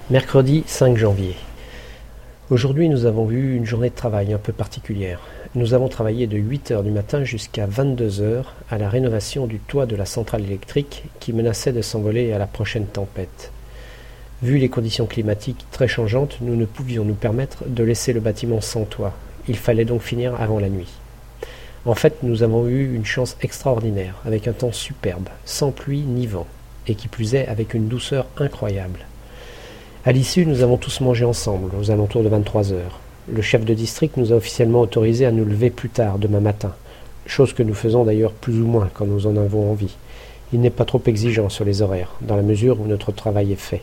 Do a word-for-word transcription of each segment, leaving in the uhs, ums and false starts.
Mercredi cinq janvier. Aujourd'hui, nous avons eu une journée de travail un peu particulière. Nous avons travaillé de huit heures du matin jusqu'à vingt-deux heures à la rénovation du toit de la centrale électrique qui menaçait de s'envoler à la prochaine tempête. Vu les conditions climatiques très changeantes, nous ne pouvions nous permettre de laisser le bâtiment sans toit. Il fallait donc finir avant la nuit. En fait, nous avons eu une chance extraordinaire, avec un temps superbe, sans pluie ni vent, et qui plus est avec une douceur incroyable. À l'issue, nous avons tous mangé ensemble, aux alentours de vingt-trois heures. Le chef de district nous a officiellement autorisé à nous lever plus tard, demain matin, chose que nous faisons d'ailleurs plus ou moins quand nous en avons envie. Il n'est pas trop exigeant sur les horaires, dans la mesure où notre travail est fait.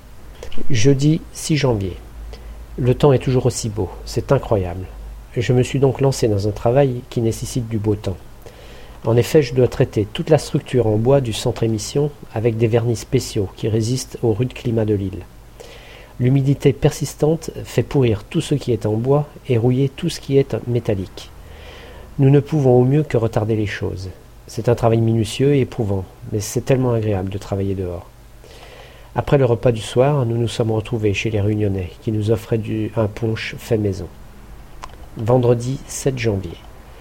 Jeudi six janvier. Le temps est toujours aussi beau, c'est incroyable. Je me suis donc lancé dans un travail qui nécessite du beau temps. En effet, je dois traiter toute la structure en bois du centre émission avec des vernis spéciaux qui résistent au rude climat de l'île. L'humidité persistante fait pourrir tout ce qui est en bois et rouiller tout ce qui est métallique. Nous ne pouvons au mieux que retarder les choses. C'est un travail minutieux et éprouvant, mais c'est tellement agréable de travailler dehors. Après le repas du soir, nous nous sommes retrouvés chez les Réunionnais, qui nous offraient du, un punch fait maison. Vendredi sept janvier.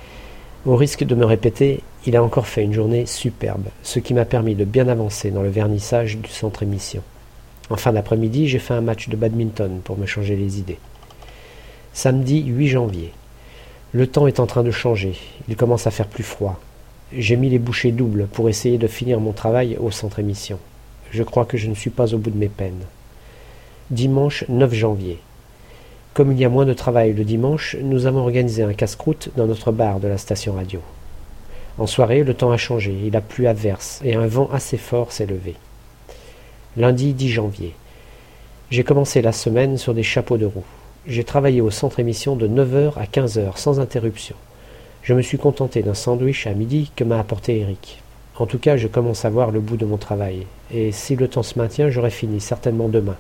Au risque de me répéter, il a encore fait une journée superbe, ce qui m'a permis de bien avancer dans le vernissage du centre émission. En fin d'après-midi, j'ai fait un match de badminton pour me changer les idées. Samedi huit janvier. Le temps est en train de changer, il commence à faire plus froid. J'ai mis les bouchées doubles pour essayer de finir mon travail au centre émission. Je crois que je ne suis pas au bout de mes peines. Dimanche neuf janvier. Comme il y a moins de travail le dimanche, nous avons organisé un casse-croûte dans notre bar de la station radio. En soirée, le temps a changé, il a plu à verse et un vent assez fort s'est levé. Lundi dix janvier. J'ai commencé la semaine sur des chapeaux de roue. J'ai travaillé au centre émission de neuf heures à quinze heures sans interruption. Je me suis contenté d'un sandwich à midi que m'a apporté Eric. En tout cas, je commence à voir le bout de mon travail, et si le temps se maintient, j'aurai fini certainement demain.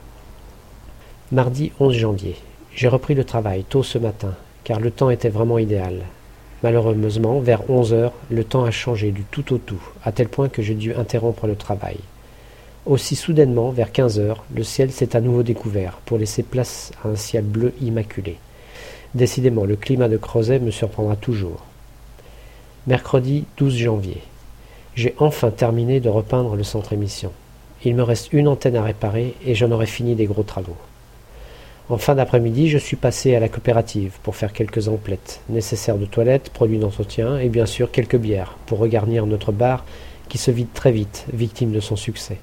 Mardi onze janvier. J'ai repris le travail tôt ce matin, car le temps était vraiment idéal. Malheureusement, vers onze heures, le temps a changé du tout au tout, à tel point que j'ai dû interrompre le travail. Aussi soudainement, vers quinze heures, le ciel s'est à nouveau découvert pour laisser place à un ciel bleu immaculé. Décidément, le climat de Crozet me surprendra toujours. Mercredi douze janvier. J'ai enfin terminé de repeindre le centre émission. Il me reste une antenne à réparer et j'en aurai fini des gros travaux. En fin d'après-midi, je suis passé à la coopérative pour faire quelques emplettes, nécessaires de toilettes, produits d'entretien et bien sûr quelques bières pour regarnir notre bar qui se vide très vite, victime de son succès.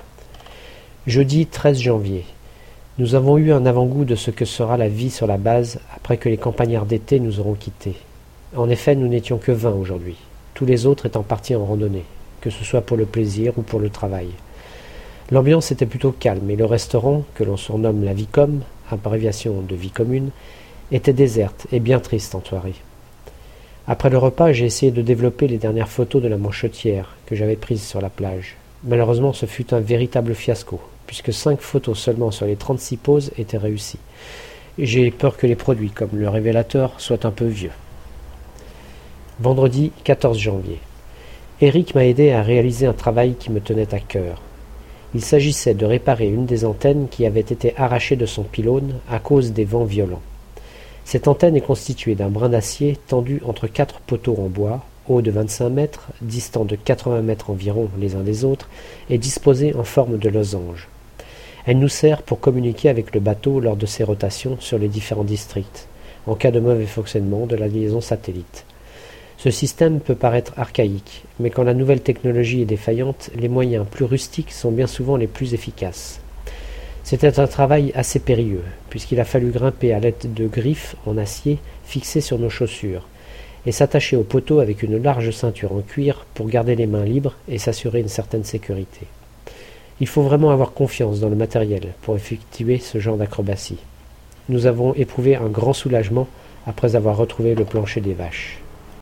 Jeudi treize janvier. Nous avons eu un avant-goût de ce que sera la vie sur la base après que les campagnards d'été nous auront quittés. En effet, nous n'étions que vingt aujourd'hui, tous les autres étant partis en randonnée, que ce soit pour le plaisir ou pour le travail. L'ambiance était plutôt calme et le restaurant, que l'on surnomme la Vicom, abréviation de vie commune, était déserte et bien triste en soirée. Après le repas, j'ai essayé de développer les dernières photos de la Manchetière que j'avais prises sur la plage. Malheureusement, ce fut un véritable fiasco, puisque cinq photos seulement sur les trente-six poses étaient réussies. J'ai peur que les produits, comme le révélateur, soient un peu vieux. Vendredi quatorze janvier. Eric m'a aidé à réaliser un travail qui me tenait à cœur. Il s'agissait de réparer une des antennes qui avait été arrachée de son pylône à cause des vents violents. Cette antenne est constituée d'un brin d'acier tendu entre quatre poteaux en bois, haut de vingt-cinq mètres, distants de quatre-vingts mètres environ les uns des autres, et disposés en forme de losange. Elle nous sert pour communiquer avec le bateau lors de ses rotations sur les différents districts, en cas de mauvais fonctionnement de la liaison satellite. Ce système peut paraître archaïque, mais quand la nouvelle technologie est défaillante, les moyens plus rustiques sont bien souvent les plus efficaces. C'était un travail assez périlleux, puisqu'il a fallu grimper à l'aide de griffes en acier fixées sur nos chaussures, et s'attacher au poteau avec une large ceinture en cuir pour garder les mains libres et s'assurer une certaine sécurité. Il faut vraiment avoir confiance dans le matériel pour effectuer ce genre d'acrobatie. Nous avons éprouvé un grand soulagement après avoir retrouvé le plancher des vaches.